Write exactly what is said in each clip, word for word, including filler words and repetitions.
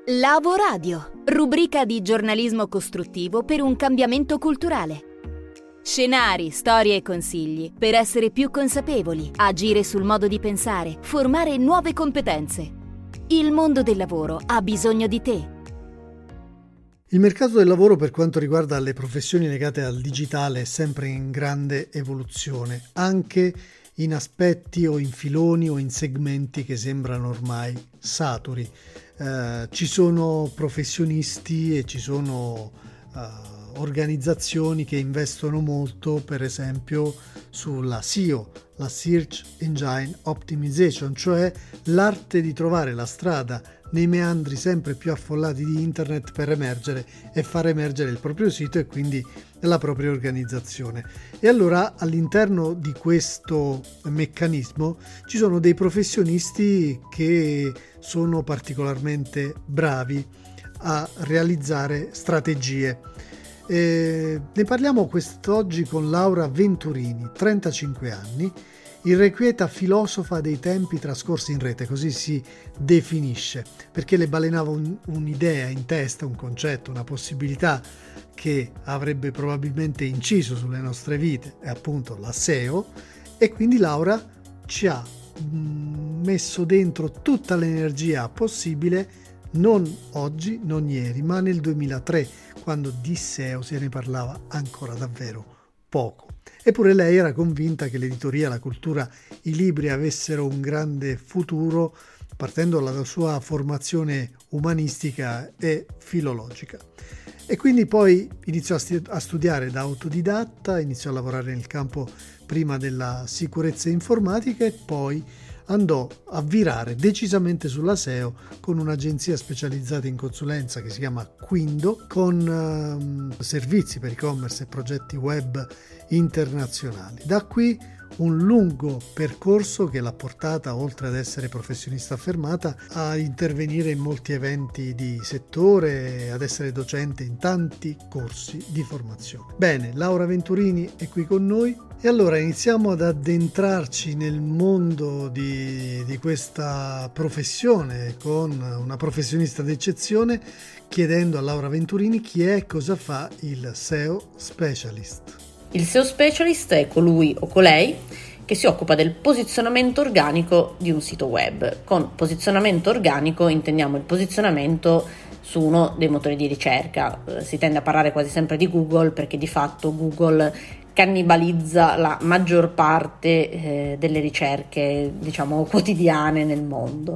Lavoradio, rubrica di giornalismo costruttivo per un cambiamento culturale. Scenari, storie e consigli per essere più consapevoli, agire sul modo di pensare, formare nuove competenze. Il mondo del lavoro ha bisogno di te. Il mercato del lavoro per quanto riguarda le professioni legate al digitale è sempre in grande evoluzione, anche in aspetti o in filoni o in segmenti che sembrano ormai saturi. Eh, ci sono professionisti e ci sono eh, organizzazioni che investono molto, per esempio, sulla S E O, la Search Engine Optimization, cioè l'arte di trovare la strada nei meandri sempre più affollati di internet per emergere e far emergere il proprio sito e quindi la propria organizzazione. E allora all'interno di questo meccanismo ci sono dei professionisti che sono particolarmente bravi a realizzare strategie. E ne parliamo quest'oggi con Laura Venturini, trentacinque anni, irrequieta filosofa dei tempi trascorsi in rete, così si definisce, perché le balenava un, un'idea in testa, un concetto, una possibilità che avrebbe probabilmente inciso sulle nostre vite, è appunto la S E O, e quindi Laura ci ha mh, messo dentro tutta l'energia possibile, non oggi, non ieri, ma nel duemilatré, quando di S E O se ne parlava ancora davvero poco. Eppure lei era convinta che l'editoria, la cultura, i libri avessero un grande futuro, partendo dalla sua formazione umanistica e filologica. E quindi poi iniziò a, sti- a studiare da autodidatta, iniziò a lavorare nel campo prima della sicurezza informatica e poi andò a virare decisamente sulla S E O con un'agenzia specializzata in consulenza che si chiama Quindo, con um, servizi per e-commerce e progetti web internazionali. Da qui un lungo percorso che l'ha portata, oltre ad essere professionista affermata, a intervenire in molti eventi di settore e ad essere docente in tanti corsi di formazione. Bene, Laura Venturini è qui con noi e allora iniziamo ad addentrarci nel mondo di, di questa professione con una professionista d'eccezione, chiedendo a Laura Venturini chi è e cosa fa il S E O Specialist. Il S E O Specialist è colui o colei che si occupa del posizionamento organico di un sito web. Con posizionamento organico intendiamo il posizionamento su uno dei motori di ricerca. Si tende a parlare quasi sempre di Google perché di fatto Google cannibalizza la maggior parte eh, delle ricerche, diciamo, quotidiane nel mondo.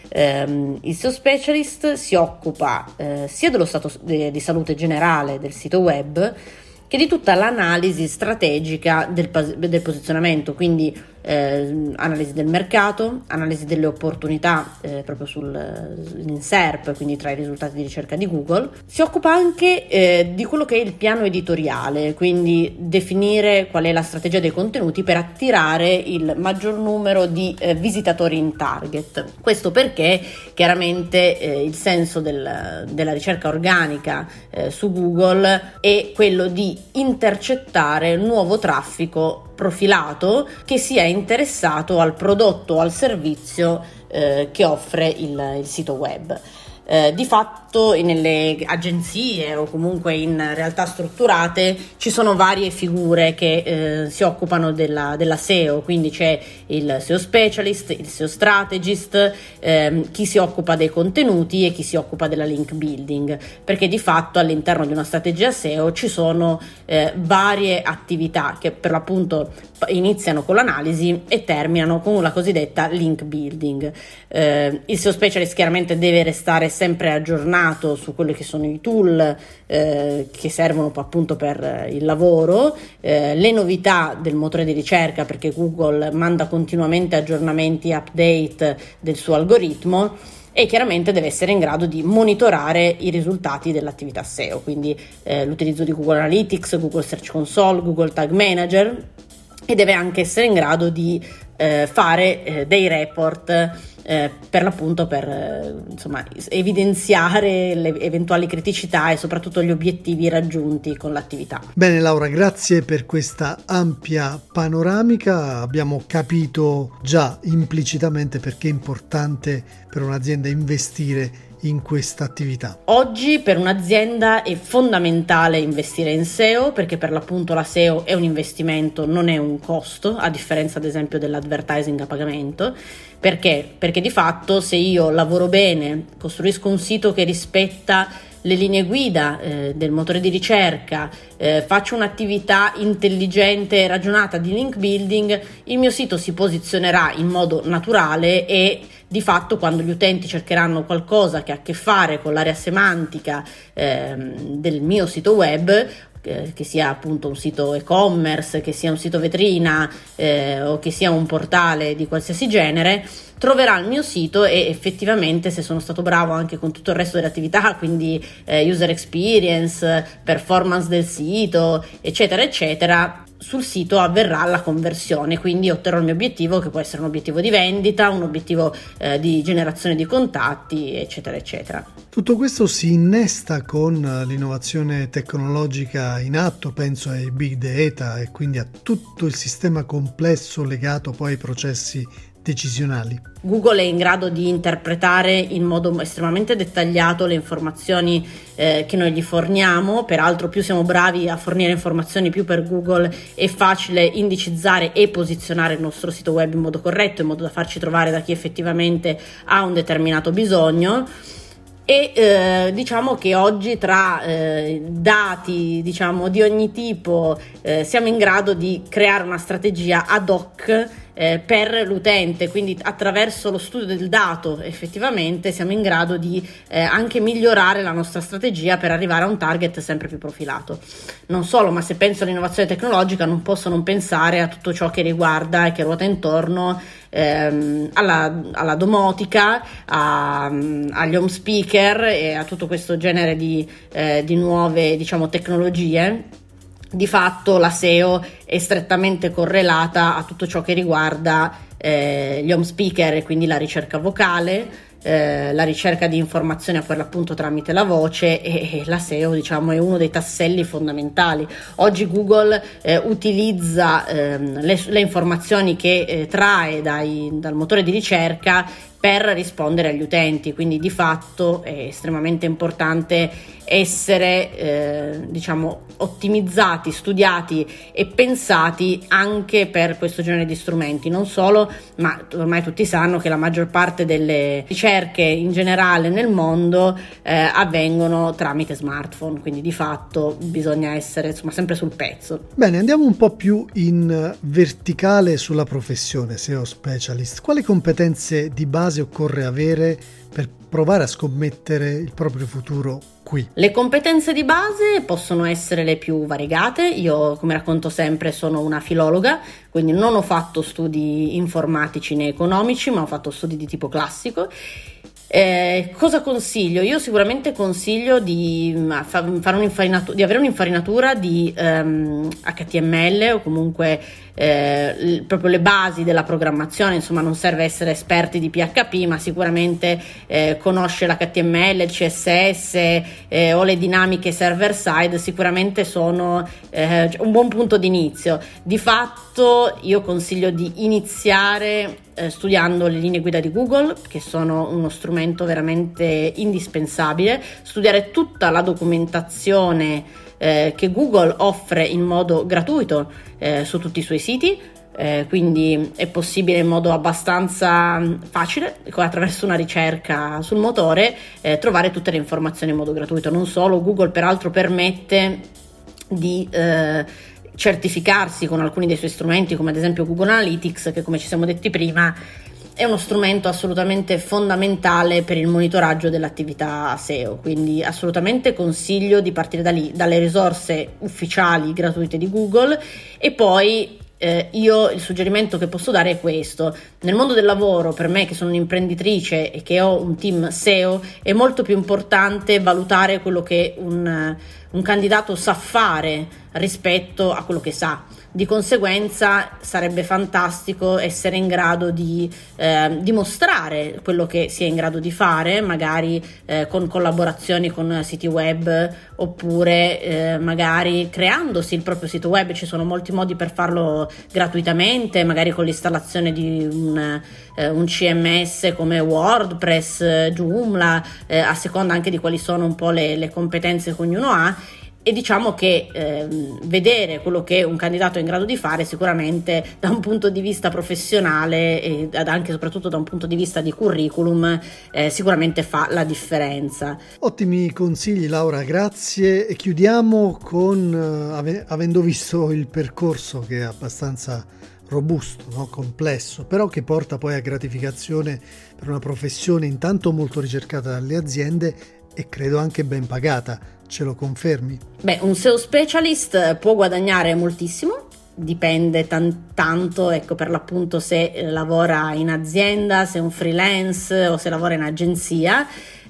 Um, il S E O Specialist si occupa eh, sia dello stato di, di salute generale del sito web che di tutta l'analisi strategica del, del posizionamento, quindi eh, analisi del mercato, analisi delle opportunità eh, proprio sul in S E R P, quindi tra i risultati di ricerca di Google. Si occupa anche eh, di quello che è il piano editoriale, quindi definire qual è la strategia dei contenuti per attirare il maggior numero di eh, visitatori in target. Questo perché chiaramente eh, il senso del, della ricerca organica eh, su Google è quello di intercettare nuovo traffico profilato che sia interessato al prodotto o al servizio eh, che offre il, il sito web. Eh, di fatto nelle agenzie o comunque in realtà strutturate ci sono varie figure che eh, si occupano della, della S E O, quindi c'è il S E O Specialist, il S E O Strategist, ehm, chi si occupa dei contenuti e chi si occupa della link building, perché di fatto all'interno di una strategia S E O ci sono eh, varie attività che per l'appunto iniziano con l'analisi e terminano con la cosiddetta link building. Eh, il S E O Specialist chiaramente deve restare sempre aggiornato su quelli che sono i tool eh, che servono appunto per il lavoro, eh, le novità del motore di ricerca, perché Google manda continuamente aggiornamenti, update del suo algoritmo, e chiaramente deve essere in grado di monitorare i risultati dell'attività S E O, quindi eh, l'utilizzo di Google Analytics, Google Search Console, Google Tag Manager, e deve anche essere in grado di eh, fare eh, dei report eh, per l'appunto per eh, insomma evidenziare le eventuali criticità e soprattutto gli obiettivi raggiunti con l'attività. Bene Laura, grazie per questa ampia panoramica. Abbiamo capito già implicitamente perché è importante per un'azienda investire in questa attività? Oggi per un'azienda è fondamentale investire in S E O, perché per l'appunto la S E O è un investimento, non è un costo, a differenza ad esempio dell'advertising a pagamento. Perché? Perché di fatto se io lavoro bene, costruisco un sito che rispetta le linee guida eh, del motore di ricerca, eh, faccio un'attività intelligente e ragionata di link building, il mio sito si posizionerà in modo naturale e di fatto quando gli utenti cercheranno qualcosa che ha a che fare con l'area semantica eh, del mio sito web, che sia appunto un sito e-commerce, che sia un sito vetrina eh, o che sia un portale di qualsiasi genere, troverà il mio sito e effettivamente, se sono stato bravo anche con tutto il resto delle attività, quindi eh, user experience, performance del sito, eccetera eccetera, sul sito avverrà la conversione, quindi otterrò il mio obiettivo, che può essere un obiettivo di vendita, un obiettivo eh, di generazione di contatti, eccetera eccetera. Tutto questo si innesta con l'innovazione tecnologica in atto, penso ai big data e quindi a tutto il sistema complesso legato poi ai processi decisionali. Google è in grado di interpretare in modo estremamente dettagliato le informazioni eh, che noi gli forniamo. Peraltro più siamo bravi a fornire informazioni, più per Google è facile indicizzare e posizionare il nostro sito web in modo corretto, in modo da farci trovare da chi effettivamente ha un determinato bisogno. E eh, diciamo che oggi tra eh, dati diciamo di ogni tipo eh, siamo in grado di creare una strategia ad hoc eh, per l'utente, quindi attraverso lo studio del dato effettivamente siamo in grado di eh, anche migliorare la nostra strategia per arrivare a un target sempre più profilato. Non solo, ma se penso all'innovazione tecnologica non posso non pensare a tutto ciò che riguarda e che ruota intorno ehm, alla, alla domotica, a, agli home speaker e a tutto questo genere di, eh, di nuove diciamo tecnologie. Di fatto la S E O è strettamente correlata a tutto ciò che riguarda eh, gli home speaker e quindi la ricerca vocale, eh, la ricerca di informazioni per l'appunto tramite la voce e, e la S E O diciamo è uno dei tasselli fondamentali. Oggi Google eh, utilizza eh, le, le informazioni che eh, trae dai, dal motore di ricerca per rispondere agli utenti, quindi di fatto è estremamente importante essere eh, diciamo ottimizzati, studiati e pensati anche per questo genere di strumenti. Non solo, ma ormai tutti sanno che la maggior parte delle ricerche in generale nel mondo eh, avvengono tramite smartphone, quindi di fatto bisogna essere insomma sempre sul pezzo. Bene, andiamo un po' più in verticale sulla professione S E O specialist. Quali competenze di base occorre avere per provare a scommettere il proprio futuro qui? Le competenze di base possono essere le più variegate. Io, come racconto sempre, sono una filologa, quindi non ho fatto studi informatici né economici, ma ho fatto studi di tipo classico. Eh, cosa consiglio? Io sicuramente consiglio di, fare un'infarinatura, di avere un'infarinatura di um, H T M L o comunque eh, proprio le basi della programmazione. Insomma, non serve essere esperti di P H P, ma sicuramente eh, conoscere l'H T M L, il C S S eh, o le dinamiche server side sicuramente sono eh, un buon punto di inizio. Di fatto io consiglio di iniziare Eh, studiando le linee guida di Google, che sono uno strumento veramente indispensabile, studiare tutta la documentazione eh, che Google offre in modo gratuito eh, su tutti i suoi siti, eh, quindi è possibile in modo abbastanza facile, attraverso una ricerca sul motore, eh, trovare tutte le informazioni in modo gratuito. Non solo, Google peraltro permette di eh, certificarsi con alcuni dei suoi strumenti, come ad esempio Google Analytics, che come ci siamo detti prima è uno strumento assolutamente fondamentale per il monitoraggio dell'attività S E O, quindi assolutamente consiglio di partire da lì, dalle risorse ufficiali gratuite di Google. E poi eh, io il suggerimento che posso dare è questo: nel mondo del lavoro, per me che sono un'imprenditrice e che ho un team S E O, è molto più importante valutare quello che un un candidato sa fare rispetto a quello che sa. Di conseguenza sarebbe fantastico essere in grado di eh, dimostrare quello che si è in grado di fare, magari eh, con collaborazioni con siti web, oppure eh, magari creandosi il proprio sito web. Ci sono molti modi per farlo gratuitamente, magari con l'installazione di un, eh, un C M S come WordPress, Joomla, eh, a seconda anche di quali sono un po' le, le competenze che ognuno ha. E diciamo che eh, vedere quello che un candidato è in grado di fare sicuramente da un punto di vista professionale e anche e soprattutto da un punto di vista di curriculum eh, sicuramente fa la differenza. Ottimi consigli, Laura, grazie. E chiudiamo con, uh, ave- avendo visto il percorso che è abbastanza robusto, no? Complesso, però che porta poi a gratificazione per una professione intanto molto ricercata dalle aziende e credo anche ben pagata. Ce lo confermi? Beh, un S E O specialist può guadagnare moltissimo, dipende tan- tanto, ecco, per l'appunto se lavora in azienda, se è un freelance o se lavora in agenzia.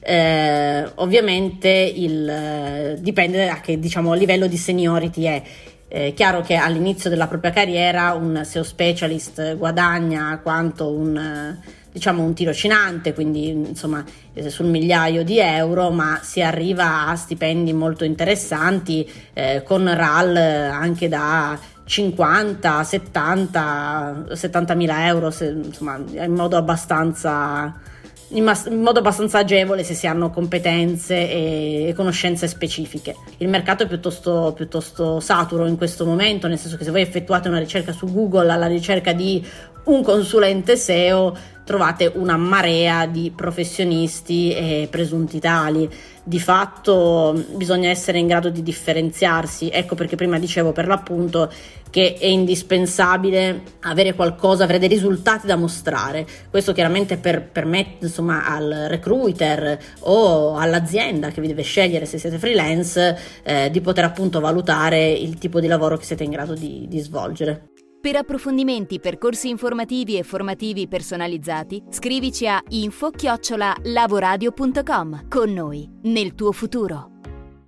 Eh, ovviamente il, eh, dipende da che, diciamo, livello di seniority è. È chiaro che all'inizio della propria carriera un S E O specialist guadagna quanto un, diciamo, un tirocinante, quindi insomma sul migliaio di euro, ma si arriva a stipendi molto interessanti eh, con R A L anche da cinquanta, settanta, settantamila euro, se, insomma in modo abbastanza In, mas- in modo abbastanza agevole se si hanno competenze e, e conoscenze specifiche. Il mercato è piuttosto, piuttosto saturo in questo momento, nel senso che se voi effettuate una ricerca su Google alla ricerca di un consulente S E O trovate una marea di professionisti e presunti tali. Di fatto bisogna essere in grado di differenziarsi, ecco perché prima dicevo per l'appunto che è indispensabile avere qualcosa, avere dei risultati da mostrare. Questo chiaramente per permette insomma al recruiter o all'azienda che vi deve scegliere se siete freelance eh, di poter appunto valutare il tipo di lavoro che siete in grado di, di svolgere. Per approfondimenti, percorsi informativi e formativi personalizzati, scrivici a info chiocciola lavoradio punto com. Con noi, nel tuo futuro.